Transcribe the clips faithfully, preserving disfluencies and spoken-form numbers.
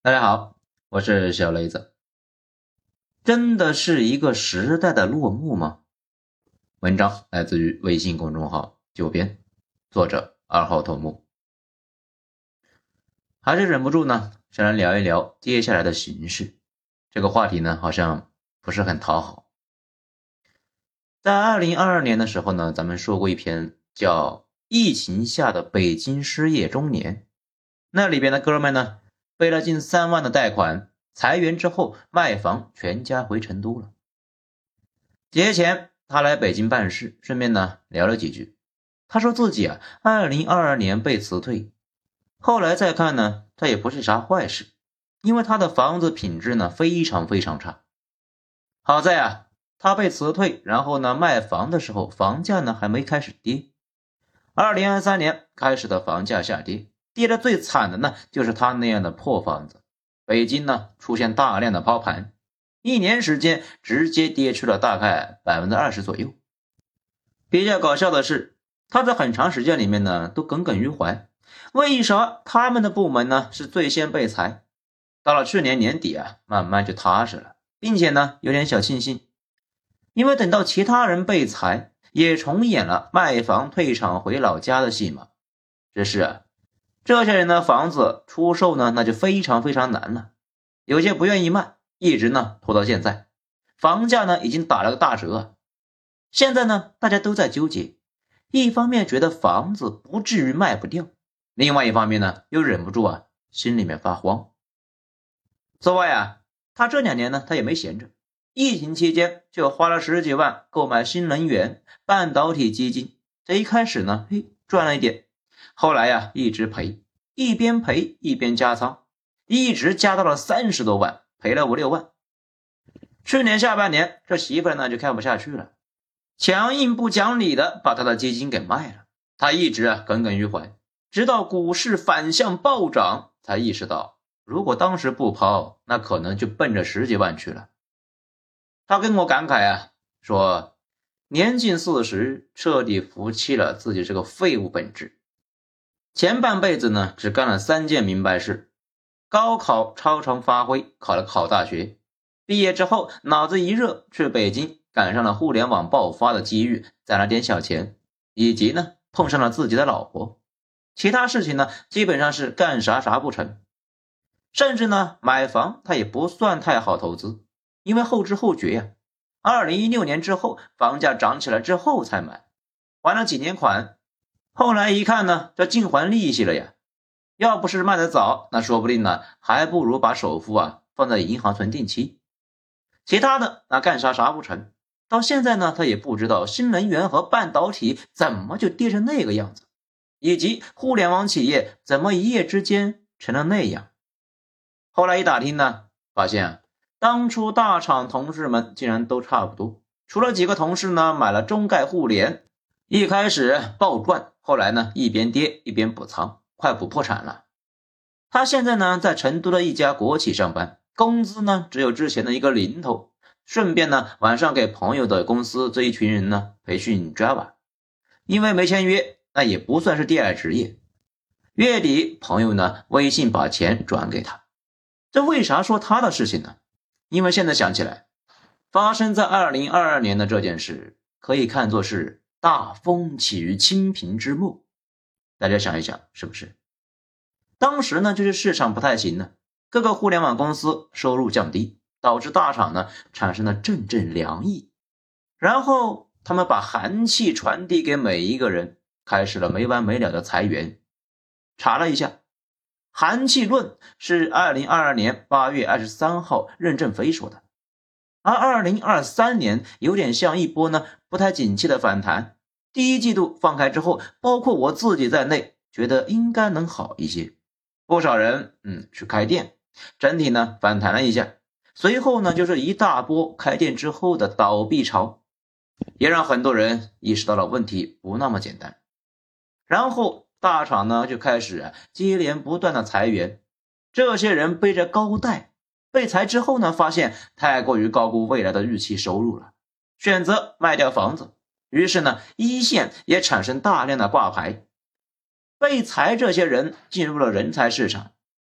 大家好，我是小雷子。真的是一个时代的落幕吗？文章来自于微信公众号九编，作者二号头目。还是忍不住呢，想来聊一聊接下来的形势。这个话题呢，好像不是很讨好。在二零二二年的时候呢，咱们说过一篇叫《疫情下的北京失业中年》，那里边的哥们呢，背了近三万的贷款，裁员之后卖房，全家回成都了。节前他来北京办事，顺便呢聊了几句。他说自己啊二零二二年被辞退，后来再看呢，他也不是啥坏事，因为他的房子品质呢非常非常差。好在啊他被辞退，然后呢卖房的时候房价呢还没开始跌。二零二三年开始的房价下跌，跌得最惨的呢就是他那样的破房子。北京呢出现大量的抛盘，一年时间直接跌去了大概 百分之二十 左右。比较搞笑的是，他在很长时间里面呢都耿耿于怀，为啥他们的部门呢是最先被裁。到了去年年底啊，慢慢就踏实了，并且呢有点小庆幸，因为等到其他人被裁，也重演了卖房退场回老家的戏码。只是啊这些人的房子出售呢那就非常非常难了，有些不愿意卖，一直呢拖到现在，房价呢已经打了个大折。现在呢大家都在纠结，一方面觉得房子不至于卖不掉，另外一方面呢又忍不住啊心里面发慌。此外啊他这两年呢他也没闲着，疫情期间就花了十几万购买新能源半导体基金，这一开始呢嘿赚了一点，后来呀、啊、一直赔，一边赔一边加仓，一直加到了三十多万，赔了五六万。去年下半年这媳妇呢就看不下去了，强硬不讲理的把他的基金给卖了。他一直啊耿耿于怀，直到股市反向暴涨才意识到，如果当时不抛，那可能就奔着十几万去了。他跟我感慨啊，说年近四十，彻底服气了自己这个废物本质。前半辈子呢只干了三件明白事：高考超常发挥，考了考大学，毕业之后脑子一热去北京，赶上了互联网爆发的机遇，攒了点小钱，以及呢碰上了自己的老婆。其他事情呢基本上是干啥啥不成，甚至呢买房他也不算太好投资，因为后知后觉呀、啊、二零一六年之后房价涨起来之后才买，还了几年款，后来一看呢这净还利息了呀，要不是卖得早，那说不定呢还不如把首付啊放在银行存定期。其他的那干啥啥不成，到现在呢他也不知道新能源和半导体怎么就跌成那个样子，以及互联网企业怎么一夜之间成了那样。后来一打听呢，发现啊当初大厂同事们竟然都差不多，除了几个同事呢买了中概互联，一开始暴赚，后来呢一边跌一边补仓，快补破产了。他现在呢在成都的一家国企上班，工资呢只有之前的一个零头，顺便呢晚上给朋友的公司这一群人呢培训 Java， 因为没签约，那也不算是第二职业。月底朋友呢微信把钱转给他。这为啥说他的事情呢？因为现在想起来，发生在二零二二年的这件事可以看作是大风起于清平之末。大家想一想是不是？当时呢就是市场不太行呢，各个互联网公司收入降低，导致大厂呢产生了阵阵凉意，然后他们把寒气传递给每一个人，开始了没完没了的裁员。查了一下，寒气论是二零二二年八月二十三号任正非说的，而二零二三年有点像一波呢不太景气的反弹，第一季度放开之后，包括我自己在内觉得应该能好一些，不少人嗯去开店，整体呢反弹了一下，随后呢就是一大波开店之后的倒闭潮，也让很多人意识到了问题不那么简单。然后大厂呢就开始、啊、接连不断的裁员，这些人背着高贷，被裁之后呢发现太过于高估未来的预期收入了，选择卖掉房子，于是呢一线也产生大量的挂牌。被裁这些人进入了人才市场，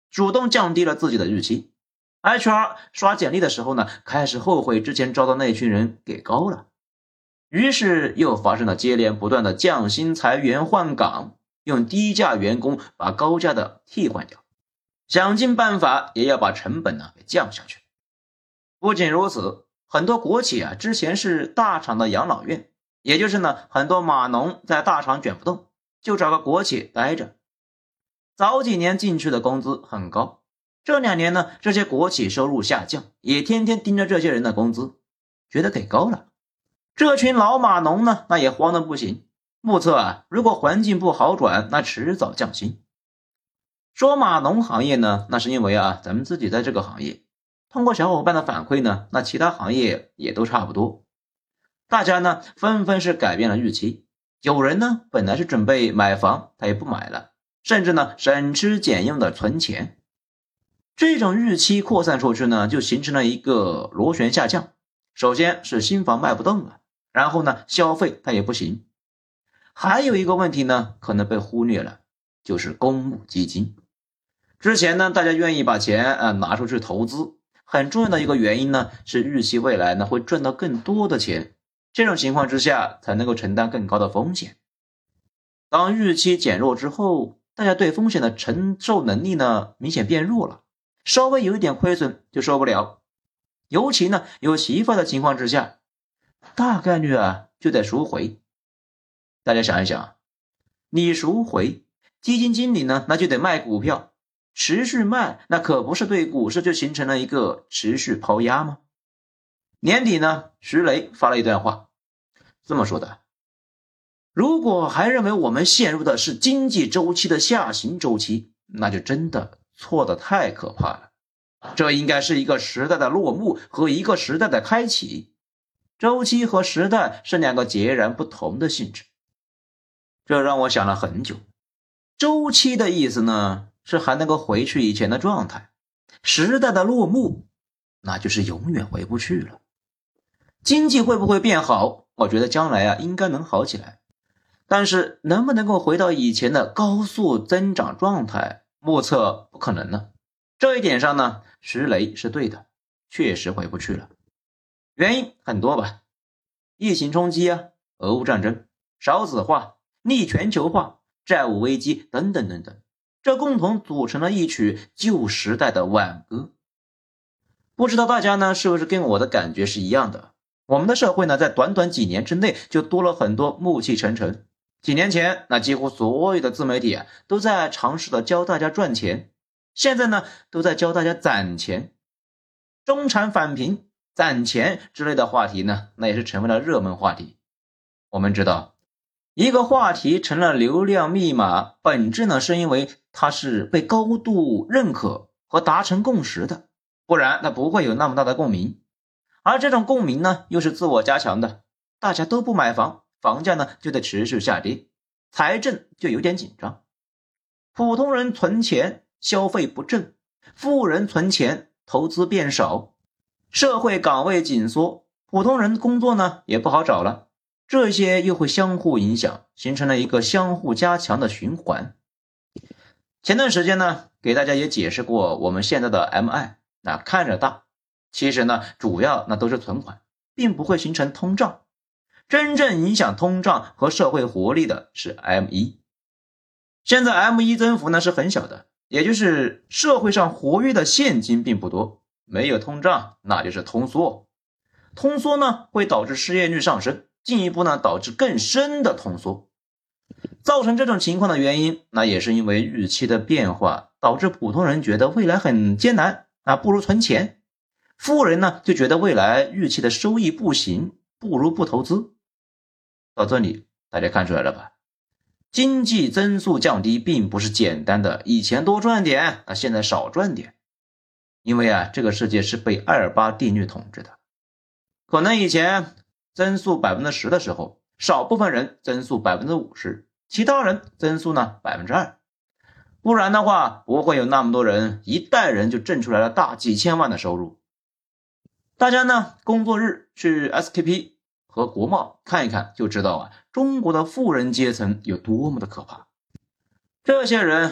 主动降低了自己的预期。H R 刷简历的时候呢，开始后悔之前招的那群人给高了，于是又发生了接连不断的降薪、裁员、换岗，用低价员工把高价的替换掉，想尽办法也要把成本呢给降下去。不仅如此，很多国企啊之前是大厂的养老院，也就是呢很多码农在大厂卷不动，就找个国企待着。早几年进去的工资很高，这两年呢这些国企收入下降，也天天盯着这些人的工资，觉得给高了。这群老码农呢那也慌得不行，目测啊如果环境不好转，那迟早降薪。说码农行业呢，那是因为啊咱们自己在这个行业，通过小伙伴的反馈呢，那其他行业也都差不多。大家呢纷纷是改变了预期，有人呢本来是准备买房，他也不买了，甚至呢省吃俭用的存钱。这种预期扩散出去呢，就形成了一个螺旋下降。首先是新房卖不动了，然后呢消费它也不行。还有一个问题呢可能被忽略了，就是公募基金。之前呢大家愿意把钱啊拿出去投资，很重要的一个原因呢是预期未来呢会赚到更多的钱，这种情况之下才能够承担更高的风险。当预期减弱之后，大家对风险的承受能力呢明显变弱了，稍微有一点亏损就受不了。尤其呢有媳妇的情况之下，大概率啊就得赎回。大家想一想，你赎回，基金经理呢那就得卖股票，持续卖，那可不是对股市就形成了一个持续抛压吗？年底呢，徐雷发了一段话，这么说的：如果还认为我们陷入的是经济周期的下行周期，那就真的错得太可怕了。这应该是一个时代的落幕和一个时代的开启，周期和时代是两个截然不同的性质。这让我想了很久。周期的意思呢是还能够回去以前的状态，时代的落幕那就是永远回不去了。经济会不会变好？我觉得将来啊应该能好起来，但是能不能够回到以前的高速增长状态，目测不可能呢。这一点上呢，石雷是对的，确实回不去了。原因很多吧，疫情冲击啊，俄乌战争、少子化、逆全球化、债务危机等等等等，这共同组成了一曲旧时代的挽歌。不知道大家呢是不是跟我的感觉是一样的？我们的社会呢在短短几年之内就多了很多暮气沉沉。几年前那几乎所有的自媒体啊都在尝试的教大家赚钱，现在呢都在教大家攒钱。中产返贫、攒钱之类的话题呢，那也是成为了热门话题。我们知道，一个话题成了流量密码，本质呢是因为它是被高度认可和达成共识的，不然它不会有那么大的共鸣。而这种共鸣呢又是自我加强的，大家都不买房，房价呢就得持续下跌，财政就有点紧张。普通人存钱消费不振，富人存钱投资变少，社会岗位紧缩，普通人工作呢也不好找了，这些又会相互影响，形成了一个相互加强的循环。前段时间呢给大家也解释过，我们现在的 M I 那看着大，其实呢主要那都是存款，并不会形成通胀。真正影响通胀和社会活力的是 M 一。 现在 M 一 增幅呢是很小的，也就是社会上活跃的现金并不多，没有通胀那就是通缩。通缩呢会导致失业率上升，进一步呢导致更深的通缩。造成这种情况的原因，那也是因为预期的变化，导致普通人觉得未来很艰难啊，不如存钱。富人呢就觉得未来预期的收益不行，不如不投资。到这里大家看出来了吧？经济增速降低并不是简单的以前多赚点，那现在少赚点。因为啊这个世界是被二八定律统治的，可能以前增速 百分之十 的时候，少部分人增速 百分之五十， 其他人增速呢 百分之二， 不然的话不会有那么多人一代人就挣出来了大几千万的收入。大家呢工作日去 S K P 和国贸看一看就知道啊，中国的富人阶层有多么的可怕。这些人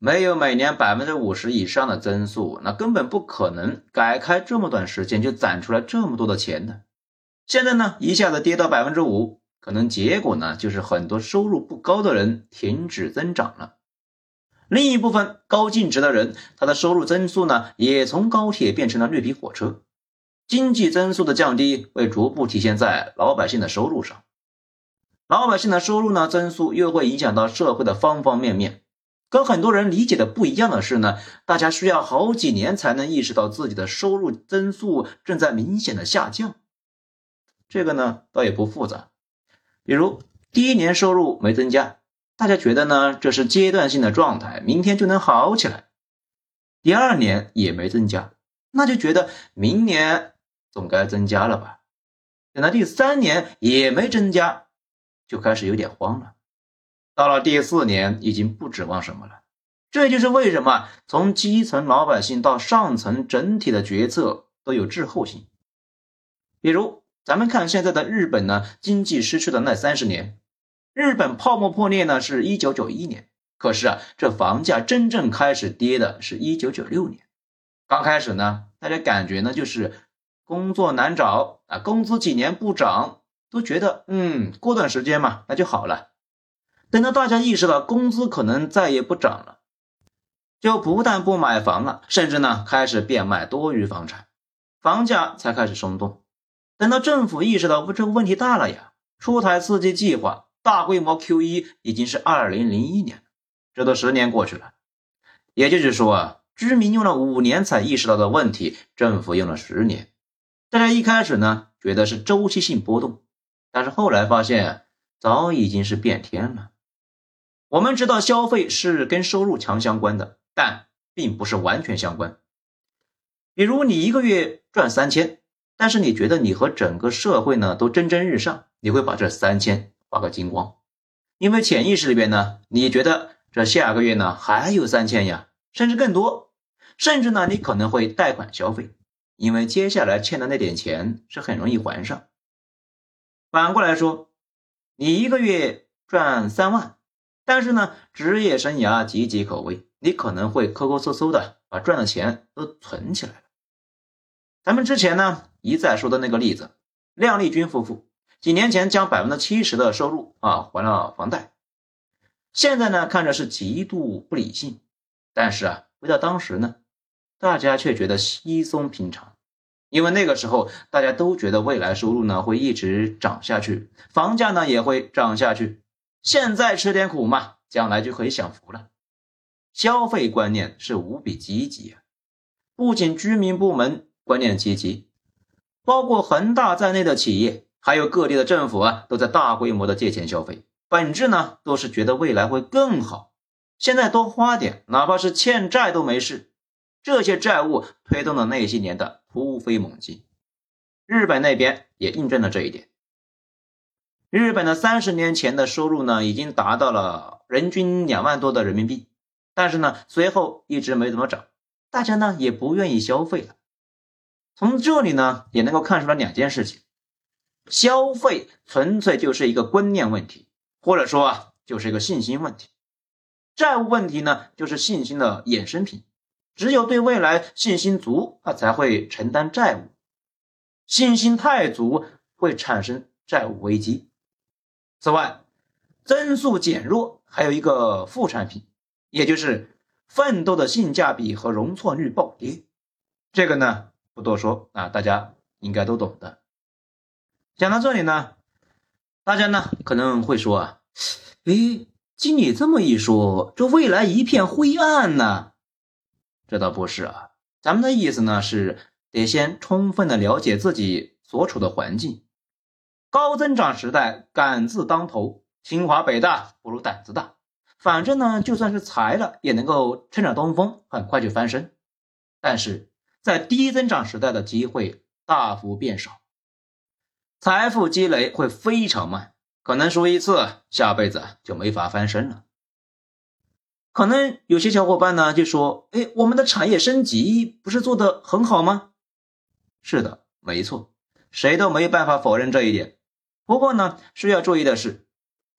没有每年 百分之五十 以上的增速，那根本不可能改开这么短时间就攒出来这么多的钱的。现在呢，一下子跌到 百分之五， 可能结果呢就是很多收入不高的人停止增长了。另一部分高净值的人，他的收入增速呢也从高铁变成了绿皮火车。经济增速的降低会逐步体现在老百姓的收入上，老百姓的收入呢增速又会影响到社会的方方面面。跟很多人理解的不一样的是呢，大家需要好几年才能意识到自己的收入增速正在明显的下降。这个呢倒也不复杂，比如第一年收入没增加，大家觉得呢这是阶段性的状态，明天就能好起来。第二年也没增加，那就觉得明年总该增加了吧。等到第三年也没增加，就开始有点慌了。到了第四年已经不指望什么了。这就是为什么从基层老百姓到上层整体的决策都有滞后性。比如咱们看现在的日本呢，经济失去的那三十年，日本泡沫破裂呢是一九九一年，可是啊，这房价真正开始跌的是一九九六年。刚开始呢，大家感觉呢就是工作难找啊，工资几年不涨，都觉得嗯，过段时间嘛，那就好了。等到大家意识到工资可能再也不涨了，就不但不买房了，甚至呢开始变卖多余房产，房价才开始松动。等到政府意识到这个问题大了呀，出台刺激计划，大规模 Q E 已经是二零零一年了，这都十年过去了。也就是说啊，居民用了五年才意识到的问题，政府用了十年。大家一开始呢觉得是周期性波动，但是后来发现早已经是变天了。我们知道消费是跟收入强相关的，但并不是完全相关。比如你一个月赚三千，但是你觉得你和整个社会呢都蒸蒸日上，你会把这三千花个精光。因为潜意识里边呢，你觉得这下个月呢还有三千呀，甚至更多，甚至呢你可能会贷款消费，因为接下来欠的那点钱是很容易还上。反过来说，你一个月赚三万，但是呢职业生涯岌岌可危，你可能会抠抠搜搜的把赚的钱都存起来了。咱们之前呢一再说的那个例子，亮丽君夫妇几年前将 百分之七十 的收入啊还了房贷，现在呢看着是极度不理性，但是啊回到当时呢，大家却觉得稀松平常。因为那个时候大家都觉得未来收入呢会一直涨下去，房价呢也会涨下去，现在吃点苦嘛，将来就可以享福了。消费观念是无比积极啊，不仅居民部门观念积极，包括恒大在内的企业还有各地的政府啊，都在大规模的借钱消费，本质呢都是觉得未来会更好，现在多花点，哪怕是欠债都没事。这些债务推动了那些年的突飞猛进。日本那边也印证了这一点。日本的三十年前的收入呢已经达到了人均两万多的人民币，但是呢随后一直没怎么涨，大家呢也不愿意消费了。从这里呢也能够看出来两件事情，消费纯粹就是一个观念问题，或者说啊就是一个信心问题。债务问题呢就是信心的衍生品，只有对未来信心足，他才会承担债务，信心太足会产生债务危机。此外，增速减弱还有一个副产品，也就是奋斗的性价比和容错率暴跌。这个呢不多说啊，大家应该都懂的。讲到这里呢，大家呢可能会说啊，诶，经你这么一说，这未来一片灰暗呢。这倒不是啊，咱们的意思呢是得先充分的了解自己所处的环境。高增长时代敢字当头，清华北大不如胆子大，反正呢就算是裁了也能够趁着东风很快就翻身。但是在低增长时代的机会大幅变少，财富积累会非常慢，可能输一次下辈子就没法翻身了。可能有些小伙伴呢就说，诶，我们的产业升级不是做得很好吗？是的，没错，谁都没办法否认这一点。不过呢需要注意的是，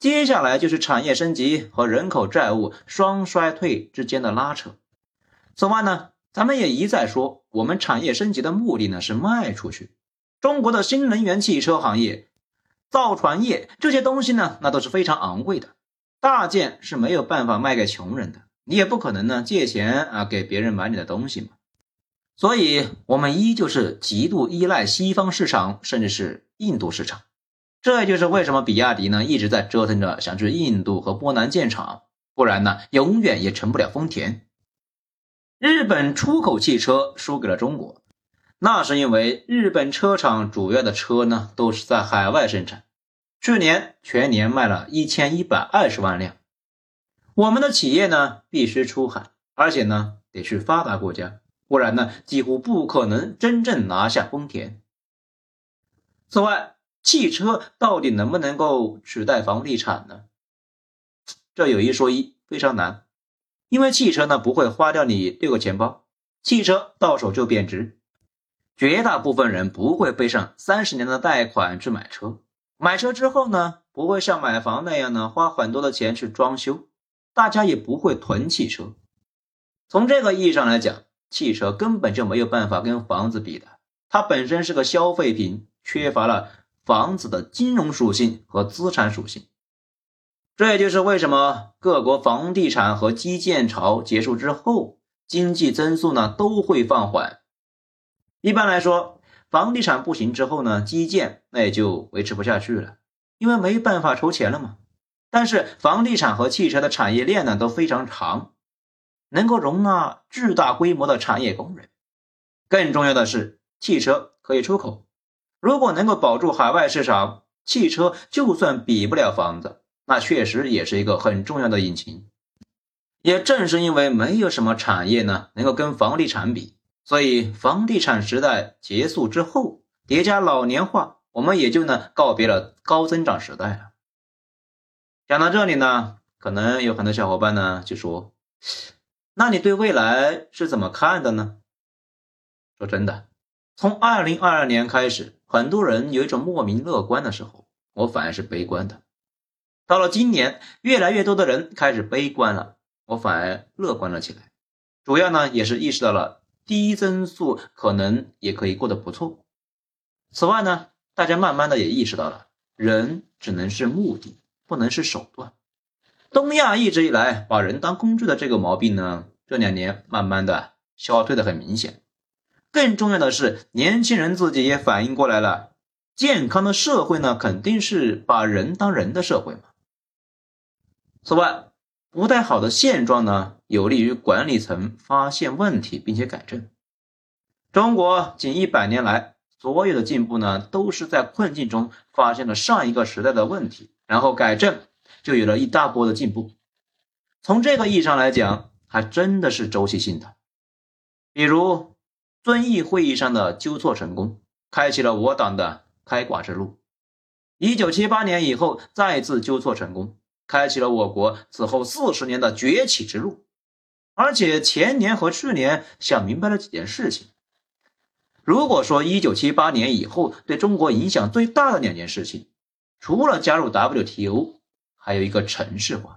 接下来就是产业升级和人口债务双衰退之间的拉扯。此外呢，咱们也一再说，我们产业升级的目的呢是卖出去。中国的新能源汽车行业、造船业这些东西呢，那都是非常昂贵的，大件是没有办法卖给穷人的，你也不可能呢借钱啊给别人买你的东西嘛。所以我们依旧是极度依赖西方市场，甚至是印度市场。这也就是为什么比亚迪呢一直在折腾着想去印度和波兰建厂，不然呢永远也成不了丰田。日本出口汽车输给了中国，那是因为日本车厂主要的车呢都是在海外生产，去年全年卖了一千一百二十万辆。我们的企业呢必须出海，而且呢得去发达国家，不然呢几乎不可能真正拿下丰田。此外，汽车到底能不能够取代房地产呢？这有一说一，非常难。因为汽车呢不会花掉你六个钱包，汽车到手就贬值。绝大部分人不会背上三十年的贷款去买车，买车之后呢不会像买房那样呢花很多的钱去装修，大家也不会囤汽车。从这个意义上来讲，汽车根本就没有办法跟房子比的，它本身是个消费品，缺乏了房子的金融属性和资产属性。这也就是为什么各国房地产和基建潮结束之后，经济增速呢都会放缓。一般来说，房地产不行之后呢，基建那也就维持不下去了，因为没办法筹钱了嘛。但是房地产和汽车的产业链呢都非常长，能够容纳巨大规模的产业工人。更重要的是，汽车可以出口，如果能够保住海外市场，汽车就算比不了房子，那确实也是一个很重要的引擎。也正是因为没有什么产业呢能够跟房地产比，所以房地产时代结束之后，叠加老年化，我们也就呢告别了高增长时代了。讲到这里呢，可能有很多小伙伴呢就说，那你对未来是怎么看的呢？说真的，从二零二二年开始，很多人有一种莫名乐观的时候，我反而是悲观的。到了今年，越来越多的人开始悲观了，我反而乐观了起来。主要呢也是意识到了低增速可能也可以过得不错。此外呢，大家慢慢的也意识到了，人只能是目的，不能是手段。东亚一直以来把人当工具的这个毛病呢，这两年慢慢的消退的很明显。更重要的是，年轻人自己也反应过来了，健康的社会呢，肯定是把人当人的社会嘛。此外，不太好的现状呢，有利于管理层发现问题并且改正。中国近一百年来，所有的进步呢，都是在困境中发现了上一个时代的问题，然后改正，就有了一大波的进步。从这个意义上来讲，还真的是周期性的。比如遵义会议上的纠错成功，开启了我党的开挂之路。一九七八年以后再次纠错成功，开启了我国此后四十年的崛起之路。而且前年和去年想明白了几件事情。如果说一九七八年以后对中国影响最大的两件事情，除了加入 W T O， 还有一个城市化。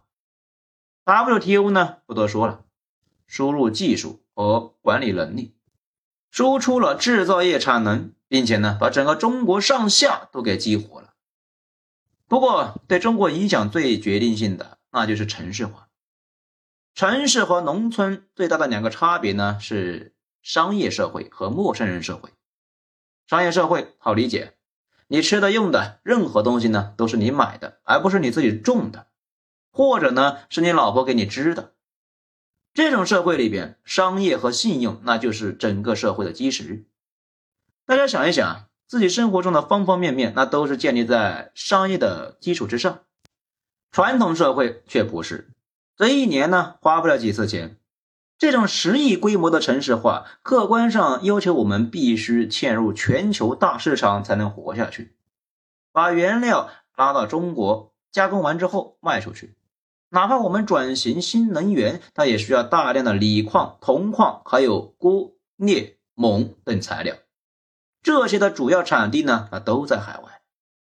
W T O 呢不多说了，输入技术和管理能力，输出了制造业产能，并且呢把整个中国上下都给激活了。不过对中国影响最决定性的那就是城市化。城市和农村最大的两个差别呢是商业社会和陌生人社会。商业社会好理解，你吃的用的任何东西呢都是你买的，而不是你自己种的，或者呢是你老婆给你织的。这种社会里边，商业和信用那就是整个社会的基石。大家想一想，自己生活中的方方面面那都是建立在商业的基础之上。传统社会却不是，这一年呢花不了几次钱。这种十亿规模的城市化，客观上要求我们必须嵌入全球大市场才能活下去。把原料拉到中国，加工完之后卖出去。哪怕我们转型新能源，它也需要大量的锂矿、铜矿，还有钴、镍、锰等材料。这些的主要产地呢，那都在海外。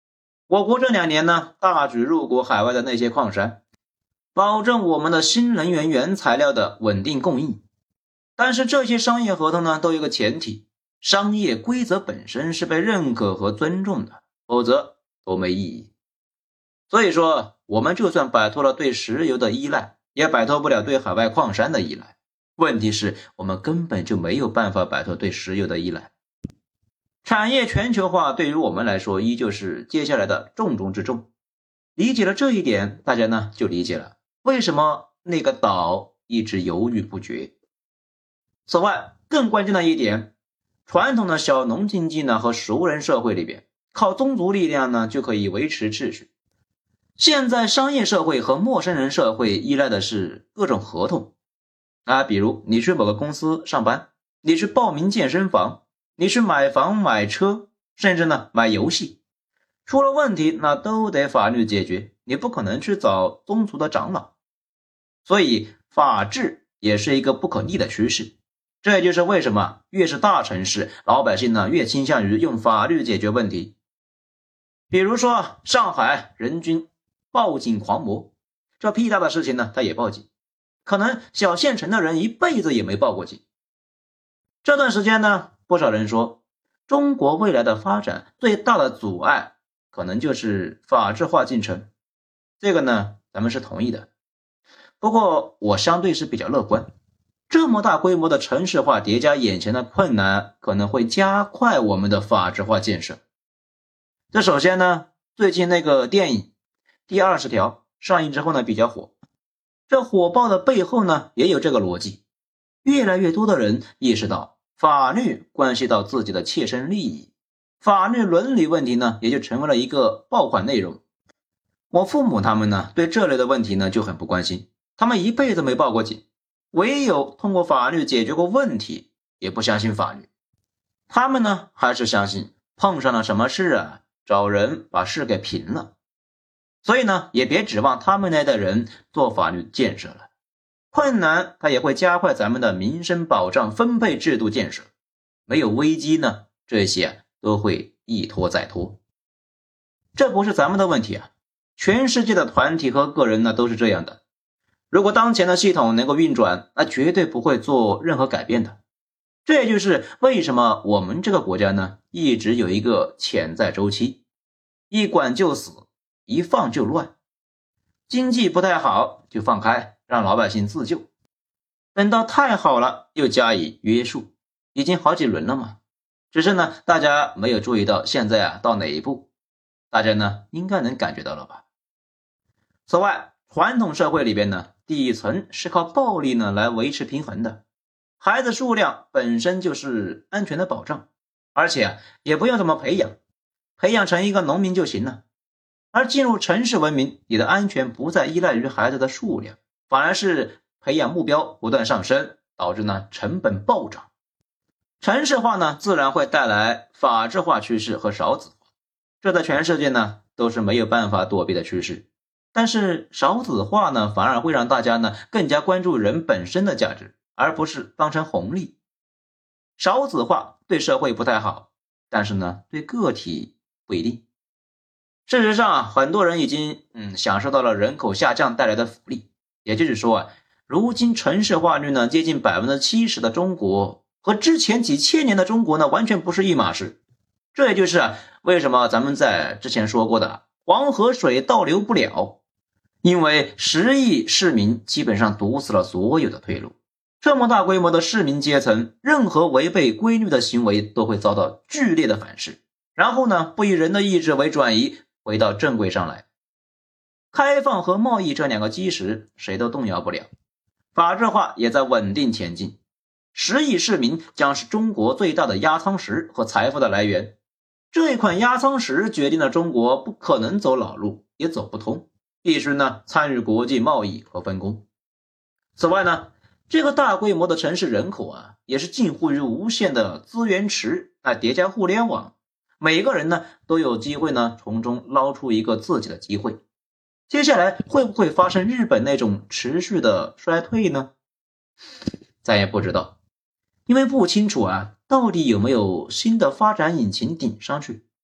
我国这两年呢，大举入股海外的那些矿山，保证我们的新能源原材料的稳定供应。但是这些商业合同呢，都有个前提，商业规则本身是被认可和尊重的，否则都没意义。所以说，我们就算摆脱了对石油的依赖，也摆脱不了对海外矿山的依赖。问题是我们根本就没有办法摆脱对石油的依赖。产业全球化对于我们来说依旧是接下来的重中之重。理解了这一点，大家呢就理解了为什么那个岛一直犹豫不决。此外，更关键的一点，传统的小农经济呢和熟人社会里边，靠宗族力量呢就可以维持秩序。现在商业社会和陌生人社会依赖的是各种合同啊，比如你去某个公司上班，你去报名健身房，你去买房买车，甚至呢买游戏，出了问题那都得法律解决，你不可能去找宗族的长老。所以法治也是一个不可逆的趋势。这也就是为什么越是大城市，老百姓呢越倾向于用法律解决问题。比如说上海人均报警狂魔，这屁大的事情呢他也报警，可能小县城的人一辈子也没报过警。这段时间呢，不少人说中国未来的发展最大的阻碍可能就是法治化进程，这个呢咱们是同意的。不过我相对是比较乐观，这么大规模的城市化叠加眼前的困难，可能会加快我们的法治化建设。这首先呢，最近那个电影第二十条上映之后呢比较火，这火爆的背后呢也有这个逻辑。越来越多的人意识到法律关系到自己的切身利益，法律伦理问题呢也就成为了一个爆款内容。我父母他们呢对这类的问题呢就很不关心，他们一辈子没报过警，唯有通过法律解决过问题，也不相信法律。他们呢还是相信碰上了什么事啊，找人把事给平了。所以呢也别指望他们那代人做法律建设了，困难它也会加快咱们的民生保障分配制度建设。没有危机呢，这些都会一拖再拖。这不是咱们的问题啊，全世界的团体和个人呢都是这样的。如果当前的系统能够运转，那绝对不会做任何改变的。这也就是为什么我们这个国家呢一直有一个潜在周期，一管就死，一放就乱。经济不太好就放开，让老百姓自救，等到太好了又加以约束，已经好几轮了嘛。只是呢大家没有注意到现在啊到哪一步，大家呢应该能感觉到了吧。此外，传统社会里边呢，底层是靠暴力呢来维持平衡的，孩子数量本身就是安全的保障，而且啊也不用怎么培养，培养成一个农民就行了。而进入城市文明，你的安全不再依赖于孩子的数量，反而是培养目标不断上升，导致呢成本暴涨。城市化呢自然会带来法治化趋势和少子化，这在全世界呢都是没有办法躲避的趋势。但是少子化呢反而会让大家呢更加关注人本身的价值，而不是当成红利。少子化对社会不太好，但是呢对个体不一定。事实上啊，很多人已经嗯享受到了人口下降带来的福利。也就是说啊，如今城市化率呢接近 百分之七十 的中国，和之前几千年的中国呢完全不是一码事。这也就是啊为什么咱们在之前说过的黄河水倒流不了，因为十亿市民基本上堵死了所有的退路。这么大规模的市民阶层，任何违背规律的行为都会遭到剧烈的反噬，然后呢不以人的意志为转移，回到正轨上来。开放和贸易这两个基石谁都动摇不了，法治化也在稳定前进。十亿市民将是中国最大的压舱石和财富的来源，这一款压舱石决定了中国不可能走老路，也走不通，必须呢参与国际贸易和分工。此外呢，这个大规模的城市人口啊，也是近乎于无限的资源池啊，叠加互联网，每个人呢都有机会呢从中捞出一个自己的机会。接下来会不会发生日本那种持续的衰退呢？咱也不知道，因为不清楚啊到底有没有新的发展引擎顶上去，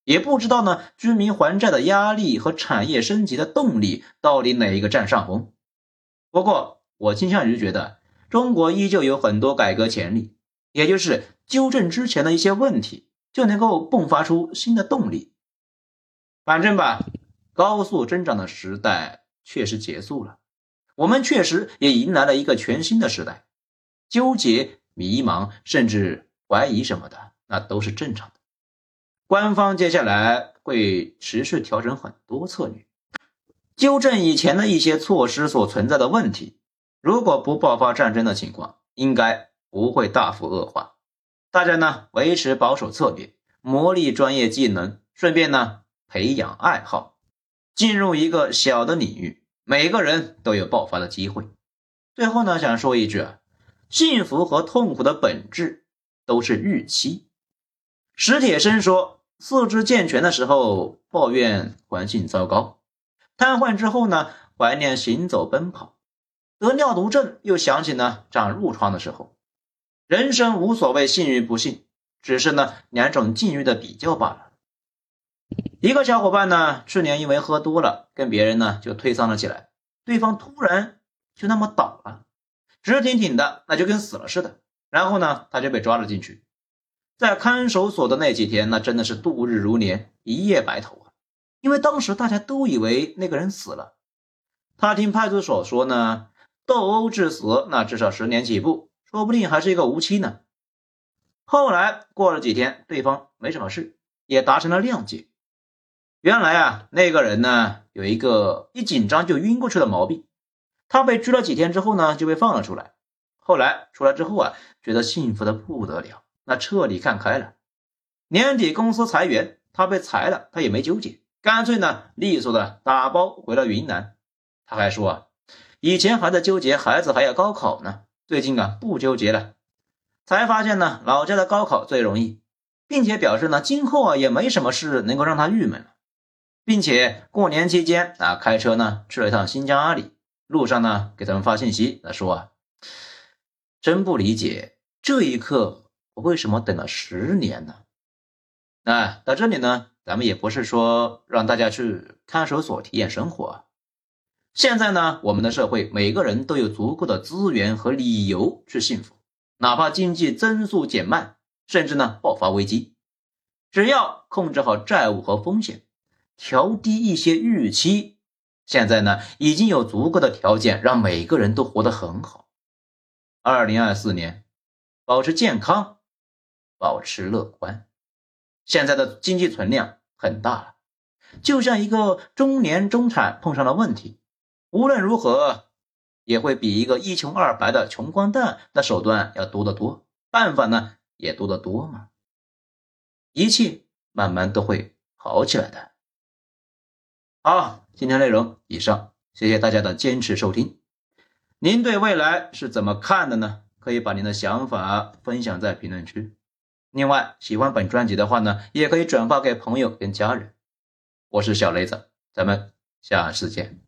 也不知道呢居民还债的压力和产业升级的动力到底哪一个占上风。不过我倾向于觉得中国依旧有很多改革潜力，也就是纠正之前的一些问题，就能够迸发出新的动力。反正吧，高速增长的时代确实结束了，我们确实也迎来了一个全新的时代。纠结、迷茫甚至怀疑什么的，那都是正常的。官方接下来会持续调整很多策略，纠正以前的一些措施所存在的问题。如果不爆发战争的情况，应该不会大幅恶化。大家呢维持保守策略，磨砺专业技能，顺便呢培养爱好，进入一个小的领域，每个人都有爆发的机会。最后呢想说一句啊，幸福和痛苦的本质都是预期。史铁生说，四肢健全的时候抱怨环境糟糕，瘫痪之后呢怀念行走奔跑，得尿毒症又想起呢长褥疮的时候。人生无所谓幸与不幸，只是呢两种境遇的比较罢了。一个小伙伴呢去年因为喝多了跟别人呢就推搡了起来，对方突然就那么倒了，直挺挺的，那就跟死了似的。然后呢他就被抓了进去，在看守所的那几天，那真的是度日如年，一夜白头啊！因为当时大家都以为那个人死了。他听派出所说呢，斗殴致死那至少十年起步，说不定还是一个无期呢。后来过了几天，对方没什么事，也达成了谅解。原来啊，那个人呢有一个一紧张就晕过去的毛病，他被拘了几天之后呢就被放了出来。后来出来之后啊，觉得幸福的不得了，那彻底看开了。年底公司裁员，他被裁了，他也没纠结，干脆呢利索的打包回了云南。他还说啊，以前还在纠结孩子还要高考呢，最近啊不纠结了，才发现呢老家的高考最容易，并且表示呢今后啊也没什么事能够让他郁闷了。并且过年期间啊开车呢去了一趟新疆阿里，路上呢给他们发信息，他说啊，真不理解这一刻我为什么等了十年呢？那到这里呢，咱们也不是说让大家去看守所体验生活啊。现在呢，我们的社会每个人都有足够的资源和理由去幸福，哪怕经济增速减慢，甚至呢爆发危机，只要控制好债务和风险，调低一些预期，现在呢已经有足够的条件让每个人都活得很好。二零二四年，保持健康，保持乐观。现在的经济存量很大了，就像一个中年中产碰上了问题，无论如何也会比一个一穷二白的穷光蛋的手段要多得多，办法呢也多得多嘛。一切慢慢都会好起来的。好，今天内容以上，谢谢大家的坚持收听。您对未来是怎么看的呢？可以把您的想法分享在评论区。另外，喜欢本专辑的话呢，也可以转发给朋友跟家人。我是小雷子，咱们下次见。